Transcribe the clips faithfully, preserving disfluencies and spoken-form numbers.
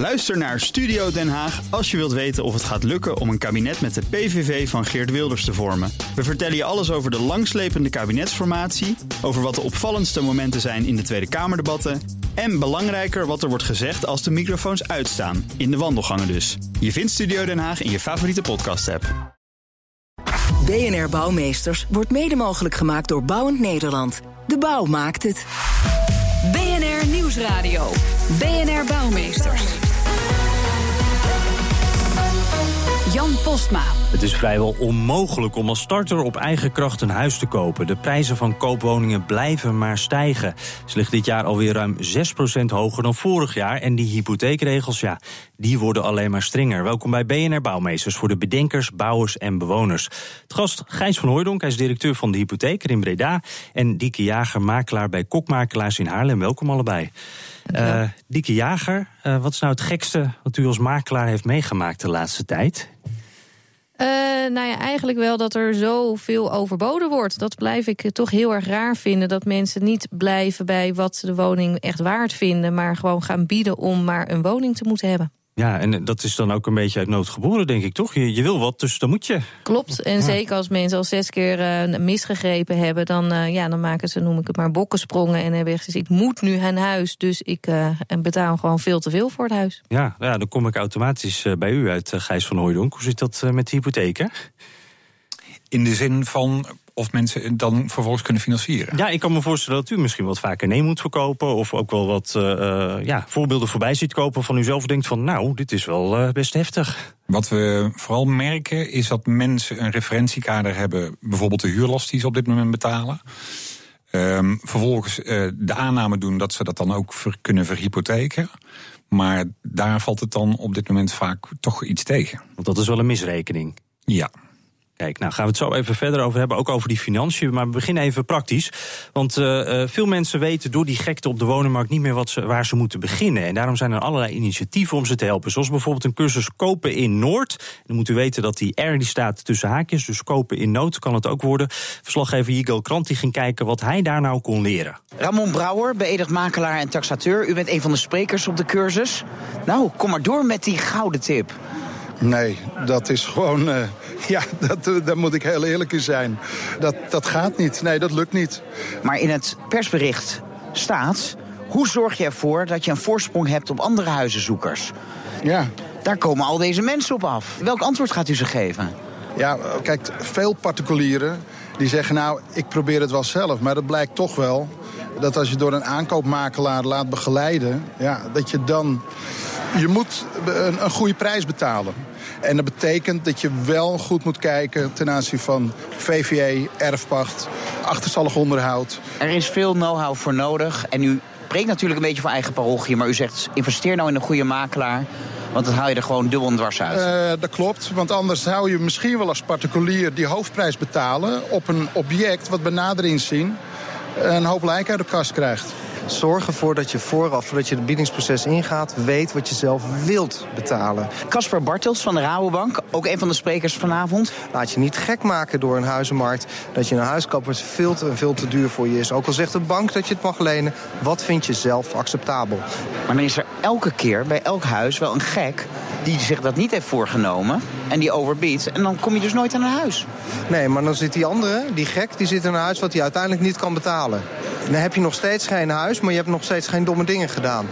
Luister naar Studio Den Haag als je wilt weten of het gaat lukken om een kabinet met de P V V van Geert Wilders te vormen. We vertellen je alles over de langslepende kabinetsformatie, over wat de opvallendste momenten zijn in de Tweede Kamerdebatten en belangrijker wat er wordt gezegd als de microfoons uitstaan, in de wandelgangen dus. Je vindt Studio Den Haag in je favoriete podcast-app. B N R Bouwmeesters wordt mede mogelijk gemaakt door Bouwend Nederland. De bouw maakt het. B N R Nieuwsradio. B N R Bouwmeesters. Jan Postma. Het is vrijwel onmogelijk om als starter op eigen kracht een huis te kopen. De prijzen van koopwoningen blijven maar stijgen. Ze liggen dit jaar alweer ruim zes procent hoger dan vorig jaar. En die hypotheekregels, ja, die worden alleen maar strenger. Welkom bij B N R Bouwmeesters voor de bedenkers, bouwers en bewoners. Het gast Gijs van Hooijdonk, hij is directeur van de Hypotheker in Breda. En Dieke Jager, makelaar bij Kokmakelaars in Haarlem. Welkom allebei. Uh, Dieke Jager, uh, wat is nou het gekste wat u als makelaar heeft meegemaakt de laatste tijd? Uh, nou ja, eigenlijk wel dat er zoveel overboden wordt. Dat blijf ik toch heel erg raar vinden. Dat mensen niet blijven bij wat ze de woning echt waard vinden, maar gewoon gaan bieden om maar een woning te moeten hebben. Ja, en dat is dan ook een beetje uit nood geboren, denk ik, toch? Je, je wil wat, dus dan moet je. Klopt, en ja. Zeker als mensen al zes keer uh, misgegrepen hebben, dan, uh, ja, dan maken ze, noem ik het maar, bokkensprongen en hebben gezegd, ik moet nu een huis, dus ik uh, betaal gewoon veel te veel voor het huis. Ja, ja, dan kom ik automatisch uh, bij u uit, uh, Gijs van Hooijdonk. Hoe zit dat uh, met de hypotheken? In de zin van of mensen dan vervolgens kunnen financieren. Ja, ik kan me voorstellen dat u misschien wat vaker nee moet verkopen, of ook wel wat uh, ja, voorbeelden voorbij ziet kopen van u zelf denkt van, nou, dit is wel uh, best heftig. Wat we vooral merken is dat mensen een referentiekader hebben, bijvoorbeeld de huurlast die ze op dit moment betalen. Um, vervolgens uh, de aanname doen dat ze dat dan ook ver, kunnen verhypotheken. Maar daar valt het dan op dit moment vaak toch iets tegen. Want dat is wel een misrekening. Ja. Kijk, nou gaan we het zo even verder over hebben, ook over die financiën. Maar we beginnen even praktisch. Want uh, veel mensen weten door die gekte op de woningmarkt niet meer wat ze, waar ze moeten beginnen. En daarom zijn er allerlei initiatieven om ze te helpen. Zoals bijvoorbeeld een cursus Kopen in Noord. Dan moet u weten dat die R die staat tussen haakjes. Dus kopen in nood kan het ook worden. Verslaggever Yigal Krant die ging kijken wat hij daar nou kon leren. Ramon Brouwer, beëdigd makelaar en taxateur. U bent een van de sprekers op de cursus. Nou, kom maar door met die gouden tip. Nee, dat is gewoon, uh, ja, dat, daar moet ik heel eerlijk in zijn. Dat, dat gaat niet, nee, dat lukt niet. Maar in het persbericht staat, hoe zorg je ervoor dat je een voorsprong hebt op andere huizenzoekers? Ja. Daar komen al deze mensen op af. Welk antwoord gaat u ze geven? Ja, kijk, veel particulieren die zeggen, nou, ik probeer het wel zelf. Maar dat blijkt toch wel dat als je door een aankoopmakelaar laat begeleiden, ja, dat je dan, je moet een, een goede prijs betalen. En dat betekent dat je wel goed moet kijken ten aanzien van V V E, erfpacht, achterstallig onderhoud. Er is veel know-how voor nodig. En u spreekt natuurlijk een beetje voor eigen parochie, maar u zegt, investeer nou in een goede makelaar, want dan haal je er gewoon dubbel en dwars uit. Uh, dat klopt, want anders zou je misschien wel als particulier die hoofdprijs betalen op een object wat bij nader inzien een hoop lijk uit de kast krijgt. Zorg ervoor dat je vooraf, voordat je het biedingsproces ingaat, weet wat je zelf wilt betalen. Casper Bartels van de Rabobank, ook een van de sprekers vanavond. Laat je niet gek maken door een huizenmarkt, dat je een huis koopt wat veel te, veel te duur voor je is. Ook al zegt de bank dat je het mag lenen, wat vind je zelf acceptabel? Maar dan is er elke keer bij elk huis wel een gek die zich dat niet heeft voorgenomen en die overbiedt. En dan kom je dus nooit aan een huis. Nee, maar dan zit die andere, die gek, die zit in een huis wat hij uiteindelijk niet kan betalen. Dan heb je nog steeds geen huis, maar je hebt nog steeds geen domme dingen gedaan.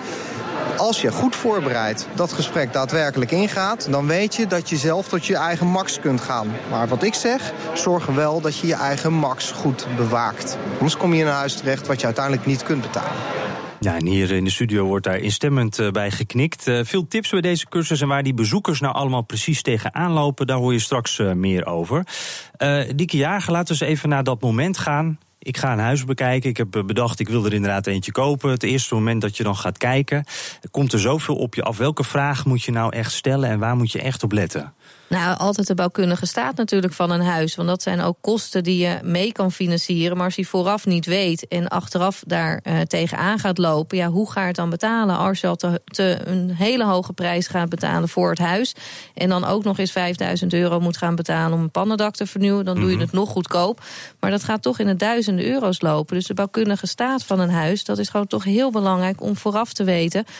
Als je goed voorbereid dat gesprek daadwerkelijk ingaat, dan weet je dat je zelf tot je eigen max kunt gaan. Maar wat ik zeg, zorg er wel dat je je eigen max goed bewaakt. Anders kom je in een huis terecht wat je uiteindelijk niet kunt betalen. Ja, en hier in de studio wordt daar instemmend uh, bij geknikt. Uh, veel tips bij deze cursus en waar die bezoekers nou allemaal precies tegenaan lopen, daar hoor je straks uh, meer over. Uh, Dieke Jager, laten we eens even naar dat moment gaan. Ik ga een huis bekijken. Ik heb bedacht, ik wil er inderdaad eentje kopen. Het eerste moment dat je dan gaat kijken, komt er zoveel op je af. Welke vraag moet je nou echt stellen en waar moet je echt op letten? Nou, altijd de bouwkundige staat natuurlijk van een huis. Want dat zijn ook kosten die je mee kan financieren. Maar als je vooraf niet weet en achteraf daar uh, tegenaan gaat lopen, ja, hoe ga je het dan betalen? Als je al te, te een hele hoge prijs gaat betalen voor het huis en dan ook nog eens vijfduizend euro moet gaan betalen om een pannendak te vernieuwen, dan doe je het nog goedkoop. Maar dat gaat toch in de duizenden euro's lopen. Dus de bouwkundige staat van een huis, dat is gewoon toch heel belangrijk om vooraf te weten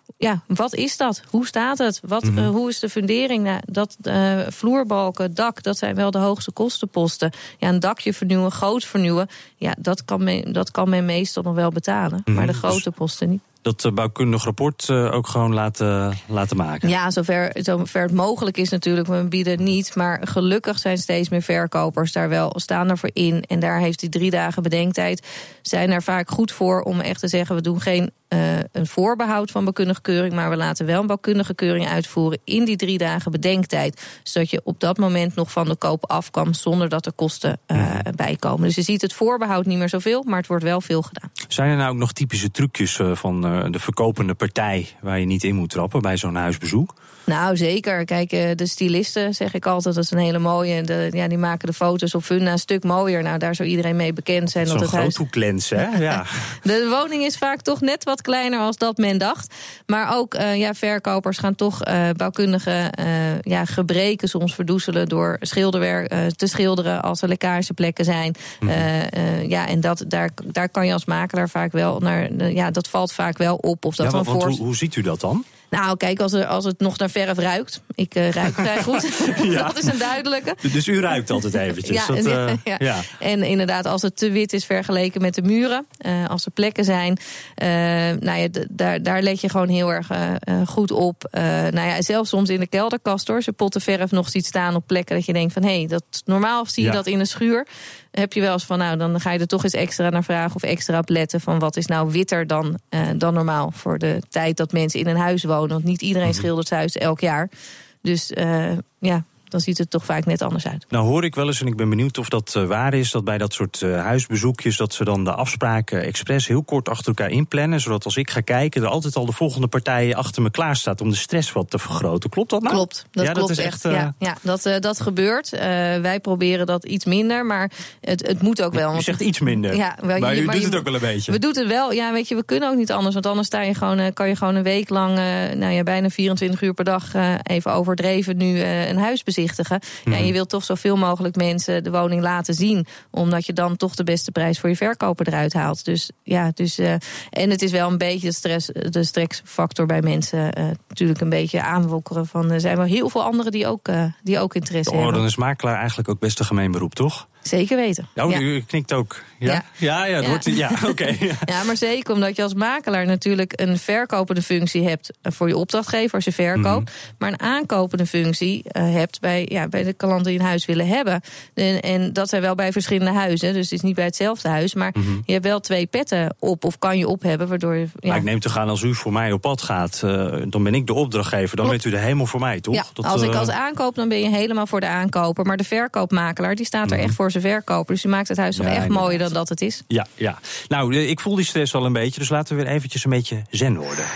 ja, wat is dat? Hoe staat het? Wat, mm-hmm. uh, hoe is de fundering? Nou, dat uh, vloerbalken, dak, dat zijn wel de hoogste kostenposten. Ja, een dakje vernieuwen, goot vernieuwen, ja, dat kan men, dat kan men meestal nog wel betalen. Mm-hmm. Maar de grote posten niet. Dat uh, bouwkundig rapport uh, ook gewoon laten, laten maken? Ja, zover, zover het mogelijk is natuurlijk. We bieden het niet. Maar gelukkig zijn steeds meer verkopers daar wel staan ervoor in. En daar heeft die drie dagen bedenktijd. Zijn er vaak goed voor om echt te zeggen, we doen geen uh, een voorbehoud van bouwkundige keuring, maar we laten wel een bouwkundige keuring uitvoeren in die drie dagen bedenktijd. Zodat je op dat moment nog van de koop af kan zonder dat er kosten uh, bij komen. Dus je ziet het voorbehoud niet meer zoveel, maar het wordt wel veel gedaan. Zijn er nou ook nog typische trucjes uh, van uh, de verkopende partij waar je niet in moet trappen bij zo'n huisbezoek? Nou, zeker. Kijk, de stylisten, zeg ik altijd, dat is een hele mooie. De, ja, die maken de foto's op Funda een stuk mooier. Nou, daar zou iedereen mee bekend zijn. Zo'n dat het groothoeklens, hè? Ja. De woning is vaak toch net wat kleiner als dat men dacht. Maar ook uh, ja, verkopers gaan toch uh, bouwkundige uh, ja, gebreken soms verdoezelen door schilderwerk uh, te schilderen als er lekkageplekken zijn. Mm-hmm. Uh, uh, ja, en dat, daar, daar kan je als makelaar vaak wel naar. Uh, ja, dat valt vaak wel op. Of dat ja, want, dan voor... hoe, hoe ziet u dat dan? Nou, kijk, als, er, als het nog naar verf ruikt. Ik uh, ruik vrij goed. Ja. Dat is een duidelijke. Dus u ruikt altijd eventjes. Ja, dat, uh, ja. ja. En inderdaad, als het te wit is vergeleken met de muren. Uh, als er plekken zijn. Uh, nou ja, d- daar, daar let je gewoon heel erg uh, uh, goed op. Uh, nou ja, zelfs soms in de kelderkast hoor. Als je potten verf nog ziet staan op plekken dat je denkt van hé, hey, dat normaal zie je ja. dat in een schuur. Heb je wel eens van, nou, dan ga je er toch eens extra naar vragen of extra op letten van wat is nou witter dan, uh, dan normaal voor de tijd dat mensen in een huis wonen. Want niet iedereen schildert zijn huis elk jaar. Dus uh, ja, dan ziet het toch vaak net anders uit. Nou hoor ik wel eens, en ik ben benieuwd of dat uh, waar is, dat bij dat soort uh, huisbezoekjes, dat ze dan de afspraken expres heel kort achter elkaar inplannen, zodat als ik ga kijken, er altijd al de volgende partij achter me klaar staat om de stress wat te vergroten. Klopt dat nou? Klopt, dat ja, klopt dat is echt. echt uh... ja, ja, dat, uh, dat gebeurt. Uh, wij proberen dat iets minder, maar het, het moet ook wel. Je zegt iets minder, ja, wel, maar je, u maar doet je, het ook wel een beetje. We doen het wel, ja, weet je, we kunnen ook niet anders, want anders sta je gewoon, uh, kan je gewoon een week lang, uh, nou ja, bijna vierentwintig uur per dag, uh, even overdreven nu uh, een huis bezichtigen. Mm-hmm. Ja, je wilt toch zoveel mogelijk mensen de woning laten zien, omdat je dan toch de beste prijs voor je verkoper eruit haalt. Dus ja, dus uh, en het is wel een beetje de stress, de stressfactor bij mensen uh, natuurlijk een beetje aanwokkeren van er zijn wel heel veel anderen die ook, uh, die ook interesse oh, hebben. Dan is makelaar eigenlijk ook best een gemeen beroep, toch? Zeker weten. Oh, ja. U knikt ook. Ja, ja, ja, ja, ja. Wordt, ja oké. Okay. Ja, maar zeker omdat je als makelaar natuurlijk een verkopende functie hebt voor je opdrachtgever als je verkoopt, mm-hmm. maar een aankopende functie uh, hebt bij, ja, bij de klanten die een huis willen hebben. En, en dat zijn wel bij verschillende huizen, dus het is niet bij hetzelfde huis, maar mm-hmm. je hebt wel twee petten op of kan je op hebben, waardoor je. Ja. Maar ik neem te gaan als u voor mij op pad gaat, uh, dan ben ik de opdrachtgever, dan Klopt. bent u er helemaal voor mij, toch? Ja, dat, als uh... ik als aankoop, dan ben je helemaal voor de aankoper, maar de verkoopmakelaar die staat er mm-hmm. echt voor zijn verkoper, dus die maakt het huis toch ja, echt inderdaad. mooier dan dat het is. Ja, ja. Nou, ik voel die stress al een beetje, dus laten we weer eventjes een beetje zen worden.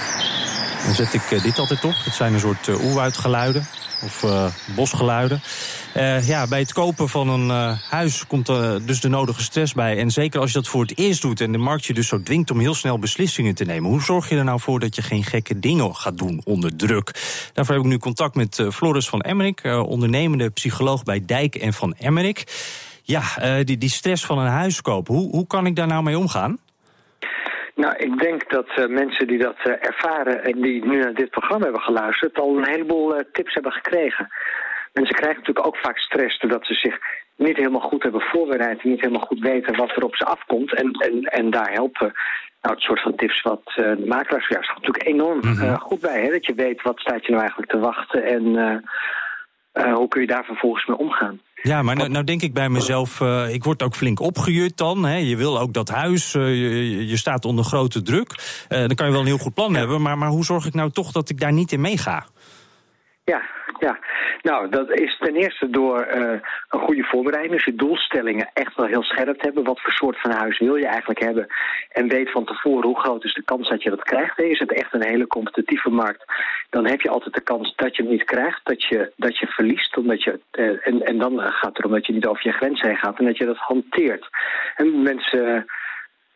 Dan zet ik uh, dit altijd op. Dat zijn een soort uh, oerwoudgeluiden of uh, bosgeluiden. Uh, ja, bij het kopen van een uh, huis komt uh, dus de nodige stress bij. En zeker als je dat voor het eerst doet en de markt je dus zo dwingt om heel snel beslissingen te nemen. Hoe zorg je er nou voor dat je geen gekke dingen gaat doen onder druk? Daarvoor heb ik nu contact met uh, Floris van Emmerik, uh, ondernemende psycholoog bij Dijk en van Emmerik. Ja, uh, die, die stress van een huis kopen, hoe, hoe kan ik daar nou mee omgaan? Nou, ik denk dat uh, mensen die dat uh, ervaren en die nu naar dit programma hebben geluisterd al een heleboel uh, tips hebben gekregen. Mensen krijgen natuurlijk ook vaak stress doordat ze zich niet helemaal goed hebben voorbereid en niet helemaal goed weten wat er op ze afkomt. En, en, en daar helpen nou, het soort van tips wat uh, de makelaars juist natuurlijk enorm uh, goed bij. Hè? Dat je weet wat staat je nou eigenlijk te wachten en uh, uh, hoe kun je daar vervolgens mee omgaan. Ja, maar nou, nou denk ik bij mezelf, uh, ik word ook flink opgejut dan. Hè. Je wil ook dat huis, uh, je, je staat onder grote druk. Uh, dan kan je wel een heel goed plan ja. hebben, maar, maar hoe zorg ik nou toch dat ik daar niet in meega? Ja, ja. Nou, dat is ten eerste door uh, een goede voorbereiding. Dus je doelstellingen echt wel heel scherp hebben. Wat voor soort van huis wil je eigenlijk hebben? En weet van tevoren hoe groot is de kans dat je dat krijgt. Is het echt een hele competitieve markt? Dan heb je altijd de kans dat je hem niet krijgt. Dat je, dat je verliest. Omdat je, uh, en, en dan gaat het erom dat je niet over je grens heen gaat. En dat je dat hanteert. En mensen...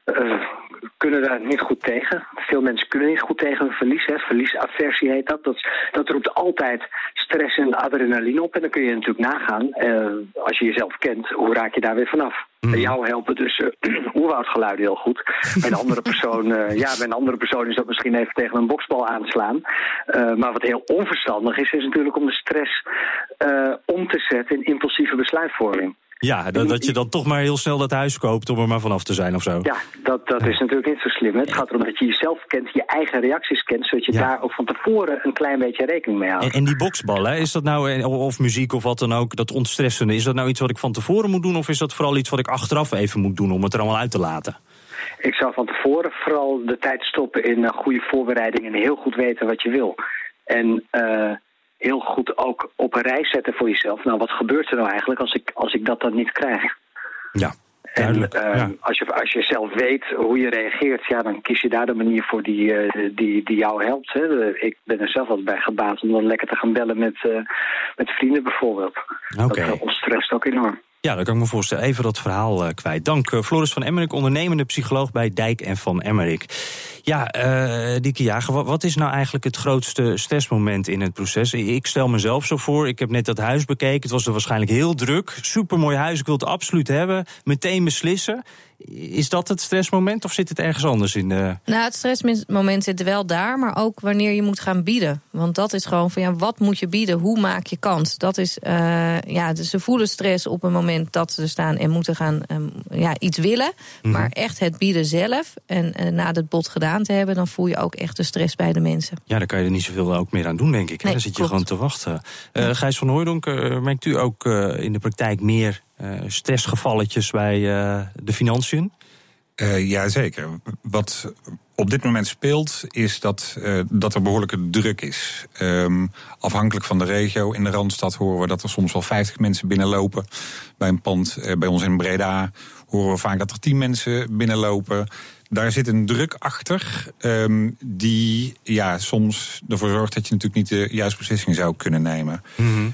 uh, kunnen daar niet goed tegen. Veel mensen kunnen niet goed tegen hun verlies. Hè. Verliesaversie heet dat. dat. Dat roept altijd stress en adrenaline op. En dan kun je natuurlijk nagaan, uh, als je jezelf kent, hoe raak je daar weer vanaf? Mm. Bij jou helpen dus uh, oerwoudgeluiden heel goed. Bij een andere persoon, uh, ja, bij een andere persoon is dat misschien even tegen een boksbal aanslaan. Uh, maar wat heel onverstandig is, is natuurlijk om de stress uh, om te zetten in impulsieve besluitvorming. Ja, dat, dat je dan toch maar heel snel dat huis koopt om er maar vanaf te zijn of zo. Ja, dat, dat is natuurlijk niet zo slim. Het gaat erom dat je jezelf kent, je eigen reacties kent, zodat je ja. daar ook van tevoren een klein beetje rekening mee houdt. En, en die boksballen, is dat nou, of muziek of wat dan ook, dat ontstressende, is dat nou iets wat ik van tevoren moet doen of is dat vooral iets wat ik achteraf even moet doen om het er allemaal uit te laten? Ik zou van tevoren vooral de tijd stoppen in uh, goede voorbereiding en heel goed weten wat je wil. En uh, heel goed ook op een rij zetten voor jezelf. Nou, wat gebeurt er nou eigenlijk als ik, als ik dat dan niet krijg? Ja, duidelijk. En uh, ja. als, je, als je zelf weet hoe je reageert, ja, dan kies je daar de manier voor die, uh, die, die jou helpt. Hè. Ik ben er zelf altijd bij gebaat om dan lekker te gaan bellen met, uh, met vrienden bijvoorbeeld. Okay. Dat uh, ontstresst ook enorm. Ja, dat kan ik me voorstellen. Even dat verhaal uh, kwijt. Dank uh, Floris van Emmerik, ondernemende psycholoog bij Dijk en Van Emmerik. Ja, uh, Dieke Jager, wat, wat is nou eigenlijk het grootste stressmoment in het proces? Ik stel mezelf zo voor, ik heb net dat huis bekeken. Het was er waarschijnlijk heel druk. Supermooi huis, ik wil het absoluut hebben. Meteen beslissen. Is dat het stressmoment of zit het ergens anders in? De... Nou, het stressmoment zit wel daar, maar ook wanneer je moet gaan bieden. Want dat is gewoon van, ja, wat moet je bieden? Hoe maak je kans? Dat is, uh, ja, dus ze voelen stress op een moment dat ze er staan en moeten gaan um, ja, iets willen. Mm-hmm. Maar echt het bieden zelf en uh, na het bod gedaan te hebben, dan voel je ook echt de stress bij de mensen. Ja, daar kan je er niet zoveel ook meer aan doen, denk ik. Nee, dan zit je klopt. gewoon te wachten. Uh, Gijs van Hooijdonk, uh, merkt u ook uh, in de praktijk meer Uh, stressgevalletjes bij uh, de financiën? Uh, ja, zeker. Wat op dit moment speelt, is dat, uh, dat er behoorlijke druk is. Um, afhankelijk van de regio. In de Randstad horen we dat er soms wel vijftig mensen binnenlopen. Bij een pand uh, bij ons in Breda horen we vaak dat er tien mensen binnenlopen. Daar zit een druk achter um, die ja, soms ervoor zorgt dat je natuurlijk niet de juiste beslissing zou kunnen nemen. Mm-hmm.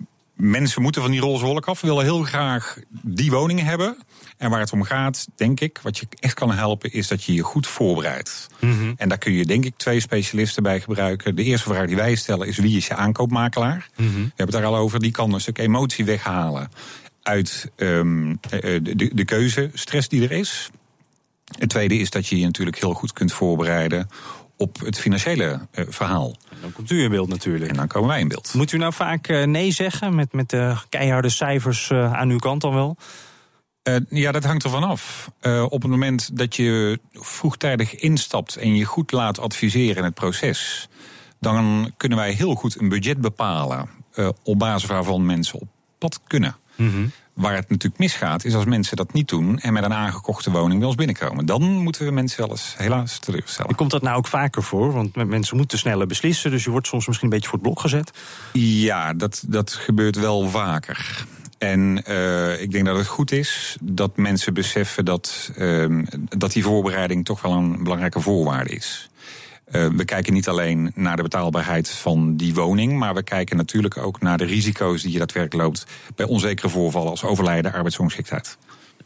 Mensen moeten van die roze wolk af. We willen heel graag die woning hebben. En waar het om gaat, denk ik, wat je echt kan helpen, is dat je je goed voorbereidt. Mm-hmm. En daar kun je, denk ik, twee specialisten bij gebruiken. De eerste vraag die wij stellen is: wie is je aankoopmakelaar? Mm-hmm. We hebben het daar al over. Die kan een stuk emotie weghalen uit um, de, de, de keuzestress die er is. Het tweede is dat je je natuurlijk heel goed kunt voorbereiden op het financiële uh, verhaal. En dan komt u in beeld natuurlijk. En dan komen wij in beeld. Moet u nou vaak uh, nee zeggen met, met de keiharde cijfers uh, aan uw kant dan wel? Uh, ja, dat hangt ervan af. Uh, op het moment dat je vroegtijdig instapt en je goed laat adviseren in het proces, dan kunnen wij heel goed een budget bepalen uh, op basis waarvan mensen op pad kunnen. Mm-hmm. Waar het natuurlijk misgaat, is als mensen dat niet doen en met een aangekochte woning bij ons binnenkomen. Dan moeten we mensen wel eens helaas teleurstellen. Komt dat nou ook vaker voor? Want mensen moeten sneller beslissen, dus je wordt soms misschien een beetje voor het blok gezet. Ja, dat, dat gebeurt wel vaker. En uh, ik denk dat het goed is dat mensen beseffen dat, uh, dat die voorbereiding toch wel een belangrijke voorwaarde is. Uh, we kijken niet alleen naar de betaalbaarheid van die woning, maar we kijken natuurlijk ook naar de risico's die je daadwerkelijk loopt bij onzekere voorvallen als overlijden, arbeidsongeschiktheid.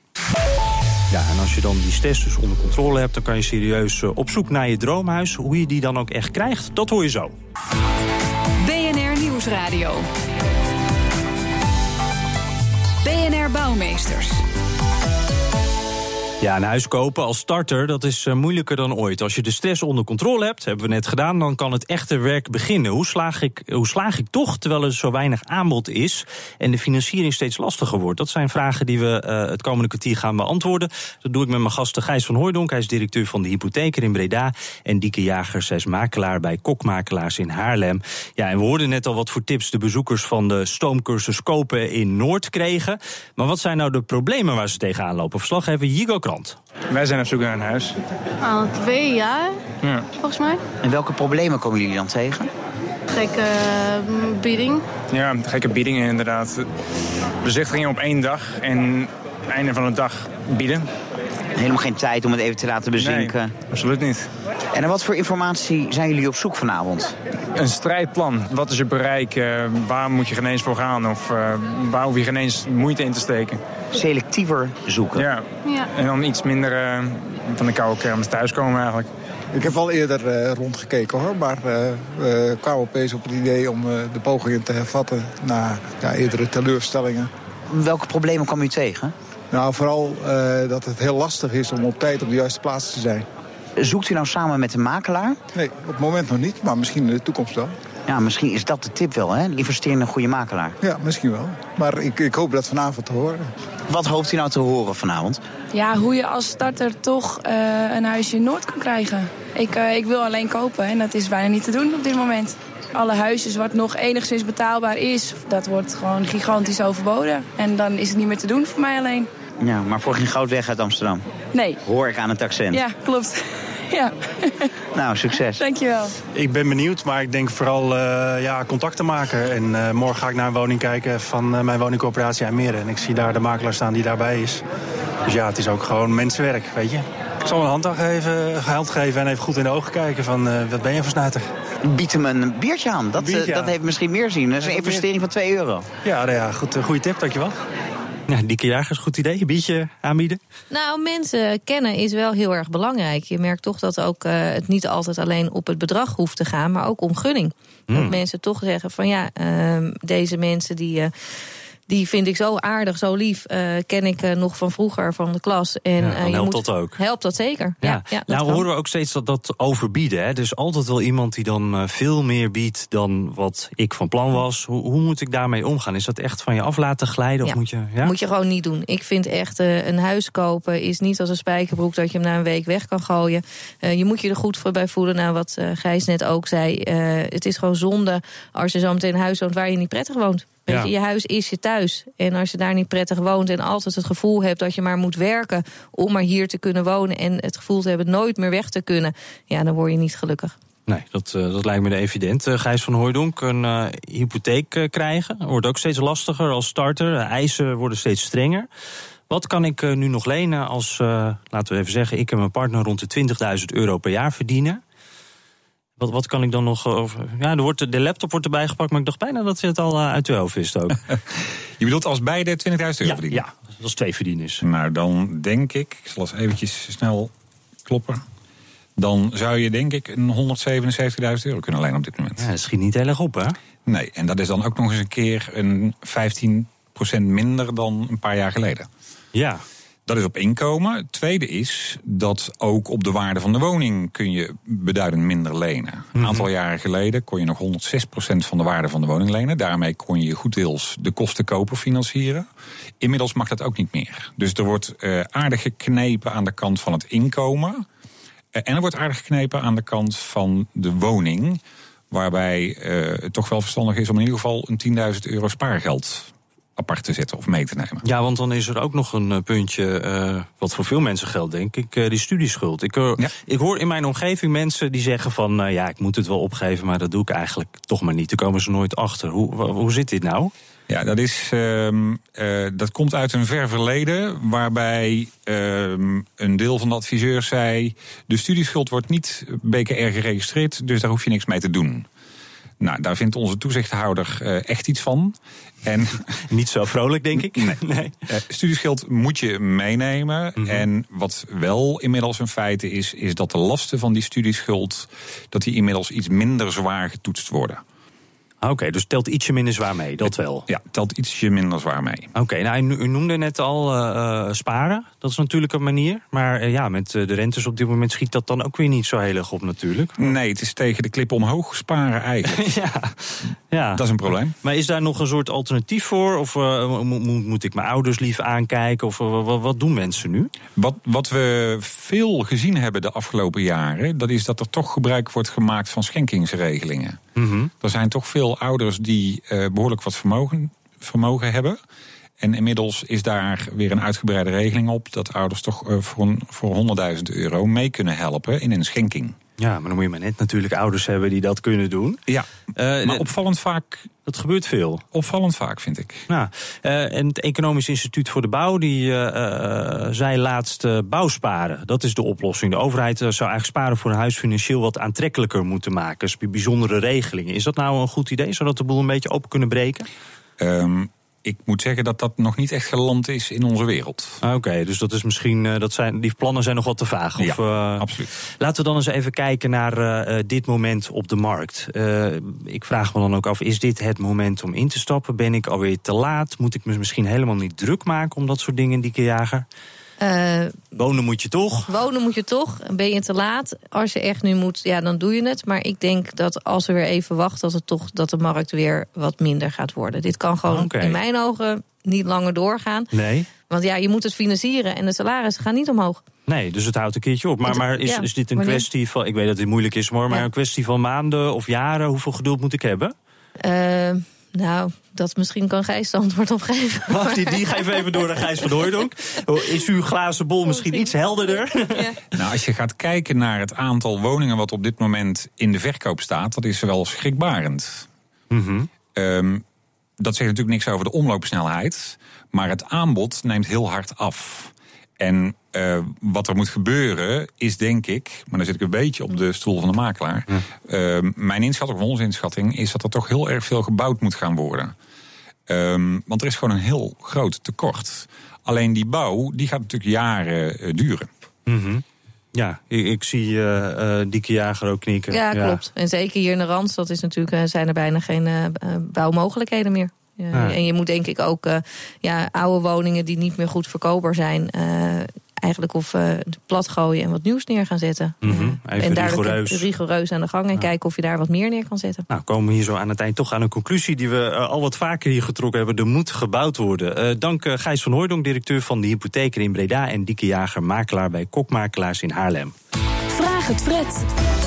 Ja, en als je dan die stress dus onder controle hebt, dan kan je serieus uh, op zoek naar je droomhuis. Hoe je die dan ook echt krijgt, dat hoor je zo. B N R Nieuwsradio. B N R Bouwmeesters. Ja, een huis kopen als starter, dat is uh, moeilijker dan ooit. Als je de stress onder controle hebt, hebben we net gedaan, dan kan het echte werk beginnen. Hoe slaag ik, hoe slaag ik toch, terwijl er zo weinig aanbod is en de financiering steeds lastiger wordt? Dat zijn vragen die we uh, het komende kwartier gaan beantwoorden. Dat doe ik met mijn gasten Gijs van Hooijdonk, hij is directeur van de Hypotheker in Breda, en Dieke Jager, zij is makelaar bij Kokmakelaars in Haarlem. Ja, en we hoorden net al wat voor tips de bezoekers van de stoomcursus Kopen in Noord kregen. Maar wat zijn nou de problemen waar ze tegenaan lopen? Verslaggever Jigo Krant. Wij zijn op zoek naar een huis. Al twee jaar, ja. volgens mij. En welke problemen komen jullie dan tegen? Gekke uh, bieding. Ja, gekke biedingen inderdaad. Bezichtigingen op één dag en einde van de dag bieden. Helemaal geen tijd om het even te laten bezinken? Nee, absoluut niet. En naar wat voor informatie zijn jullie op zoek vanavond? Een strijdplan. Wat is je bereik? Uh, waar moet je geen eens voor gaan? Of uh, waar hoef je geen eens moeite in te steken? Selectiever zoeken. Ja, ja. En dan iets minder uh, van de koude kermis thuiskomen eigenlijk. Ik heb al eerder uh, rondgekeken hoor, maar uh, we kwamen opeens op het idee om uh, de pogingen te hervatten na ja, eerdere teleurstellingen. Welke problemen kwam u tegen? Nou, vooral uh, dat het heel lastig is om op tijd op de juiste plaats te zijn. Zoekt u nou samen met een makelaar? Nee, op het moment nog niet, maar misschien in de toekomst wel. Ja, misschien is dat de tip wel, hè? Investeer in een goede makelaar. Ja, misschien wel. Maar ik, ik hoop dat vanavond te horen. Wat hoopt u nou te horen vanavond? Ja, hoe je als starter toch uh, een huisje in Noord kan krijgen. Ik, uh, ik wil alleen kopen en dat is bijna niet te doen op dit moment. Alle huisjes wat nog enigszins betaalbaar is, dat wordt gewoon gigantisch overboden. En dan is het niet meer te doen voor mij alleen. Ja, maar voor geen goud weg uit Amsterdam? Nee. Hoor ik aan het accent. Ja, klopt. Ja. Nou, succes. Dankjewel. Ik ben benieuwd, maar ik denk vooral uh, ja, contacten maken. En uh, morgen ga ik naar een woning kijken van uh, mijn woningcorporatie IJmuiden. En ik zie daar de makelaar staan die daarbij is. Dus ja, het is ook gewoon mensenwerk, weet je. Ik zal een handdag even geld geven en even goed in de ogen kijken van uh, wat ben je voor snuiter. Bied hem een biertje aan. Dat, biertje, uh, dat heeft misschien meer zin. Dat is een investering van twee euro. Ja, nou ja, goed, uh, goede tip, dankjewel. Ja, Dieke Jagers, goed idee. Een biertje aanbieden? Nou, mensen kennen is wel heel erg belangrijk. Je merkt toch dat ook uh, het niet altijd alleen op het bedrag hoeft te gaan, maar ook om gunning. Mm. Dat mensen toch zeggen van ja, uh, deze mensen die... Uh, Die vind ik zo aardig, zo lief. Uh, ken ik uh, nog van vroeger, van de klas. En, ja, dan uh, je helpt moet, dat ook. Helpt dat zeker. Ja. Ja, ja, dat nou kan. horen we ook steeds dat, dat overbieden. Hè? Dus altijd wel iemand die dan uh, veel meer biedt dan wat ik van plan was. Hoe, hoe moet ik daarmee omgaan? Is dat echt van je af laten glijden? Ja. Of moet je, ja? moet je gewoon niet doen. Ik vind echt, uh, een huis kopen is niet als een spijkerbroek dat je hem na een week weg kan gooien. Uh, je moet je er goed voor bij voelen. Nou, wat uh, Gijs net ook zei. Uh, het is gewoon zonde als je zo meteen een huis woont waar je niet prettig woont. Weet je, ja. je huis is je thuis. En als je daar niet prettig woont en altijd het gevoel hebt dat je maar moet werken om maar hier te kunnen wonen en het gevoel te hebben nooit meer weg te kunnen, ja, dan word je niet gelukkig. Nee, dat, uh, dat lijkt me evident. Uh, Gijs van Hooijdonk, een uh, hypotheek uh, krijgen wordt ook steeds lastiger als starter. De eisen worden steeds strenger. Wat kan ik uh, nu nog lenen als, uh, laten we even zeggen, ik en mijn partner rond de twintigduizend euro per jaar verdienen? Wat, wat kan ik dan nog over? Ja, er wordt, de laptop wordt erbij gepakt, maar ik dacht bijna dat je het al uh, uit je hoofd wist ook. Je bedoelt als beide twintigduizend euro ja, verdienen? Ja, als twee verdieners. Nou, dan denk ik, ik zal eens eventjes snel kloppen. Dan zou je denk ik een honderdzevenenzeventigduizend euro kunnen lenen op dit moment. Ja, dat schiet niet heel erg op, hè? Nee, en dat is dan ook nog eens een keer een vijftien procent minder dan een paar jaar geleden. Ja. Dat is op inkomen. Het tweede is dat ook op de waarde van de woning kun je beduidend minder lenen. Een mm-hmm. aantal jaren geleden kon je nog honderdzes procent van de waarde van de woning lenen. Daarmee kon je goed deels de kosten koper financieren. Inmiddels mag dat ook niet meer. Dus er wordt uh, aardig geknepen aan de kant van het inkomen. Uh, en er wordt aardig geknepen aan de kant van de woning. Waarbij uh, het toch wel verstandig is om in ieder geval een tienduizend euro spaargeld apart te zetten of mee te nemen. Ja, want dan is er ook nog een puntje, uh, wat voor veel mensen geldt, denk ik, uh, die studieschuld. Ik, uh, ja. ik hoor in mijn omgeving mensen die zeggen van, uh, ja, ik moet het wel opgeven, maar dat doe ik eigenlijk toch maar niet. Daar komen ze nooit achter. Hoe, hoe zit dit nou? Ja, dat, is, uh, uh, dat komt uit een ver verleden, waarbij uh, een deel van de adviseurs zei, de studieschuld wordt niet B K R geregistreerd, dus daar hoef je niks mee te doen. Nou, daar vindt onze toezichthouder uh, echt iets van. En niet zo vrolijk, denk ik. Nee. nee. Uh, studieschuld moet je meenemen. Mm-hmm. En wat wel inmiddels een feit is, is dat de lasten van die studieschuld, dat die inmiddels iets minder zwaar getoetst worden. Oké, okay, dus telt ietsje minder zwaar mee, dat wel? Ja, telt ietsje minder zwaar mee. Oké, okay, nou, u noemde net al uh, sparen. Dat is natuurlijk een manier. Maar uh, ja, met de rentes op dit moment schiet dat dan ook weer niet zo heel erg op natuurlijk. Nee, het is tegen de klip omhoog sparen eigenlijk. ja. ja, dat is een probleem. Maar is daar nog een soort alternatief voor? Of uh, moet, moet ik mijn ouders lief aankijken? Of uh, wat, wat doen mensen nu? Wat, wat we veel gezien hebben de afgelopen jaren, dat is dat er toch gebruik wordt gemaakt van schenkingsregelingen. Mm-hmm. Er zijn toch veel ouders die uh, behoorlijk wat vermogen, vermogen hebben. En inmiddels is daar weer een uitgebreide regeling op dat ouders toch uh, voor, voor honderdduizend euro mee kunnen helpen in een schenking. Ja, maar dan moet je maar net natuurlijk ouders hebben die dat kunnen doen. Ja, uh, maar opvallend vaak... Dat gebeurt veel. Opvallend vaak, vind ik. Nou, uh, en het Economisch Instituut voor de Bouw... die uh, uh, zei laatst uh, bouwsparen. Dat is de oplossing. De overheid uh, zou eigenlijk sparen voor een huis financieel... wat aantrekkelijker moeten maken. Dus bijzondere regelingen. Is dat nou een goed idee? Zou dat de boel een beetje open kunnen breken? Um, ik moet zeggen dat dat nog niet echt geland is in onze wereld. Oké, okay, dus dat is misschien, uh, dat zijn, die plannen zijn nog wat te vaag. Of, ja, uh, absoluut. Laten we dan eens even kijken naar uh, dit moment op de markt. Uh, ik vraag me dan ook af, is dit het moment om in te stappen? Ben ik alweer te laat? Moet ik me misschien helemaal niet druk maken om dat soort dingen, Dieke Jager? Uh, wonen moet je toch? Wonen moet je toch. Ben je te laat? Als je echt nu moet, ja, dan doe je het. Maar ik denk dat als we weer even wachten... dat, het toch, dat de markt weer wat minder gaat worden. Dit kan gewoon okay. in mijn ogen niet langer doorgaan. Nee. Want ja, je moet het financieren en de salarissen gaan niet omhoog. Nee, dus het houdt een keertje op. Maar, maar is, ja, is dit een wanneer? kwestie van... Ik weet dat dit moeilijk is, maar, maar ja. een kwestie van maanden of jaren? Hoeveel geduld moet ik hebben? Uh, Nou, dat misschien kan Gijs de antwoord op geven. Wacht, die, die geven we even door naar Gijs van Hooijdonk. Is uw glazen bol misschien iets helderder? Ja. Nou, als je gaat kijken naar het aantal woningen... wat op dit moment in de verkoop staat... dat is wel schrikbarend. Mm-hmm. Um, dat zegt natuurlijk niks over de omloopsnelheid... maar het aanbod neemt heel hard af. En uh, wat er moet gebeuren is, denk ik... maar dan zit ik een beetje op de stoel van de makelaar... Ja. Uh, mijn inschatting of onze inschatting is dat er toch heel erg veel gebouwd moet gaan worden. Um, want er is gewoon een heel groot tekort. Alleen die bouw, die gaat natuurlijk jaren uh, duren. Mm-hmm. Ja, ik, ik zie uh, uh, Dieke Jager ook knikken. Ja, ja, klopt. En zeker hier in de Randstad is natuurlijk, uh, zijn er bijna geen uh, bouwmogelijkheden meer. Ja, ah. En je moet denk ik ook uh, ja, oude woningen die niet meer goed verkoopbaar zijn... Uh, eigenlijk of uh, plat gooien en wat nieuws neer gaan zetten. Mm-hmm. Even en daar rigoureus. rigoureus aan de gang en ja. kijken of je daar wat meer neer kan zetten. Nou, komen we hier zo aan het eind toch aan een conclusie... die we uh, al wat vaker hier getrokken hebben. Er moet gebouwd worden. Uh, dank uh, Gijs van Hooijdonk, directeur van de Hypotheker in Breda... en Dieke Jager, makelaar bij Kokmakelaars in Haarlem. Vraag het Fred.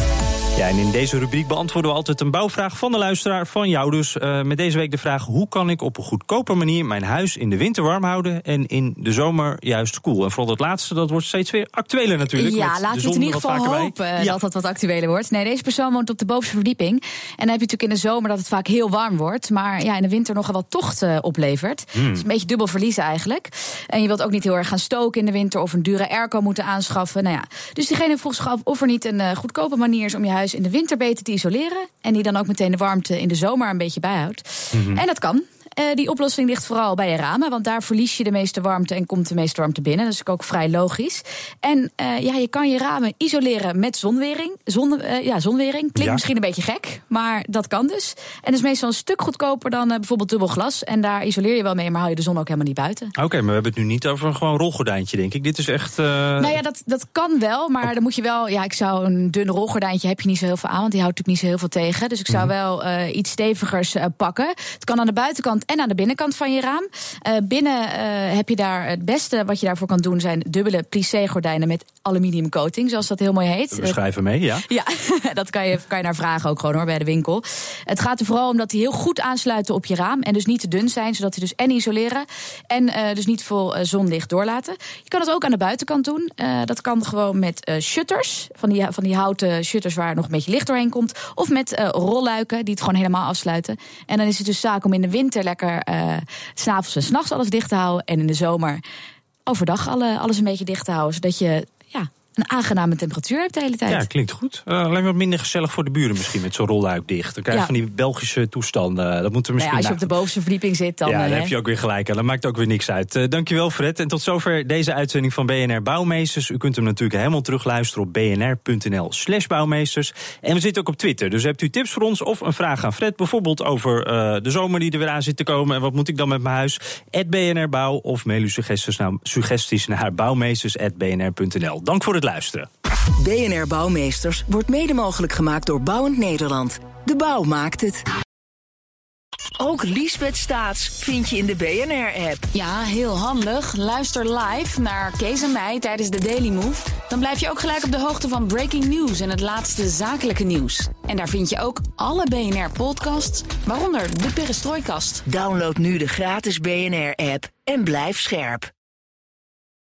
Ja, en in deze rubriek beantwoorden we altijd een bouwvraag van de luisteraar, van jou dus. Uh, met deze week de vraag, hoe kan ik op een goedkope manier mijn huis in de winter warm houden en in de zomer juist koel? En vooral dat laatste, dat wordt steeds weer actueler natuurlijk. Ja, laten we het in ieder geval hopen ja. dat dat wat actueler wordt. Nee, deze persoon woont op de bovenste verdieping. En dan heb je natuurlijk in de zomer dat het vaak heel warm wordt, maar ja, in de winter nogal wat tocht uh, oplevert. Hmm. Het is een beetje dubbel verliezen eigenlijk. En je wilt ook niet heel erg gaan stoken in de winter of een dure airco moeten aanschaffen. Nou ja, dus diegene vroeg zich af of er niet een uh, goedkope manier is om je huis in de winter beter te isoleren. En die dan ook meteen de warmte in de zomer een beetje bijhoudt. Mm-hmm. En dat kan. Uh, die oplossing ligt vooral bij je ramen, want daar verlies je de meeste warmte en komt de meeste warmte binnen. Dat is ook vrij logisch. En uh, ja, je kan je ramen isoleren met zonwering. Zon, uh, ja, zonwering. Klinkt ja. misschien een beetje gek, maar dat kan dus. En dat is meestal een stuk goedkoper dan uh, bijvoorbeeld dubbel glas. En daar isoleer je wel mee, maar hou je de zon ook helemaal niet buiten. Oké, okay, maar we hebben het nu niet over een gewoon rolgordijntje, denk ik. Dit is echt... Uh... Nou ja, dat, dat kan wel, maar oh. dan moet je wel... Ja, ik zou een dun rolgordijntje heb je niet zo heel veel aan, want die houdt natuurlijk niet zo heel veel tegen. Dus ik zou mm-hmm. wel uh, iets stevigers uh, pakken. Het kan aan de buitenkant en aan de binnenkant van je raam. Uh, binnen uh, heb je daar het beste wat je daarvoor kan doen zijn dubbele plissé-gordijnen met aluminiumcoating, zoals dat heel mooi heet. We schrijven mee, ja. Ja, dat kan je, kan je naar vragen ook gewoon hoor, bij de winkel. Het gaat er vooral om dat die heel goed aansluiten op je raam en dus niet te dun zijn, zodat die dus en isoleren en uh, dus niet veel uh, zonlicht doorlaten. Je kan het ook aan de buitenkant doen. Uh, dat kan gewoon met uh, shutters, van die, van die houten shutters waar nog een beetje licht doorheen komt, of met uh, rolluiken die het gewoon helemaal afsluiten. En dan is het dus zaak om in de winter lekker Uh, 's avonds en 's nachts alles dicht te houden. En in de zomer overdag alle, alles een beetje dicht te houden. Zodat je ja, een aangename temperatuur hebt de hele tijd. Ja, klinkt goed. Uh, alleen wat minder gezellig voor de buren misschien met zo'n rolluik dicht. Dan krijg je ja. van die Belgische toestanden. Dat moet er misschien nou ja, als je op de bovenste verdieping zit, dan... Ja, dan uh, heb je ook weer gelijk aan. Dat maakt ook weer niks uit. Uh, dankjewel Fred. En tot zover deze uitzending van B N R Bouwmeesters. U kunt hem natuurlijk helemaal terugluisteren op bnr.nl slash bouwmeesters. En we zitten ook op Twitter. Dus hebt u tips voor ons of een vraag aan Fred, bijvoorbeeld over uh, de zomer die er weer aan zit te komen. En wat moet ik dan met mijn huis? at B N R Bouw of mail uw suggesties naar, suggesties naar bouwmeesters at b n r punt n l. Dank voor het luisteren. B N R Bouwmeesters wordt mede mogelijk gemaakt door Bouwend Nederland. De bouw maakt het. Ook Liesbeth Staats vind je in de B N R-app. Ja, heel handig. Luister live naar Kees en mij tijdens de Daily Move. Dan blijf je ook gelijk op de hoogte van breaking news en het laatste zakelijke nieuws. En daar vind je ook alle B N R-podcasts, waaronder de Perestrooikast. Download nu de gratis B N R-app en blijf scherp.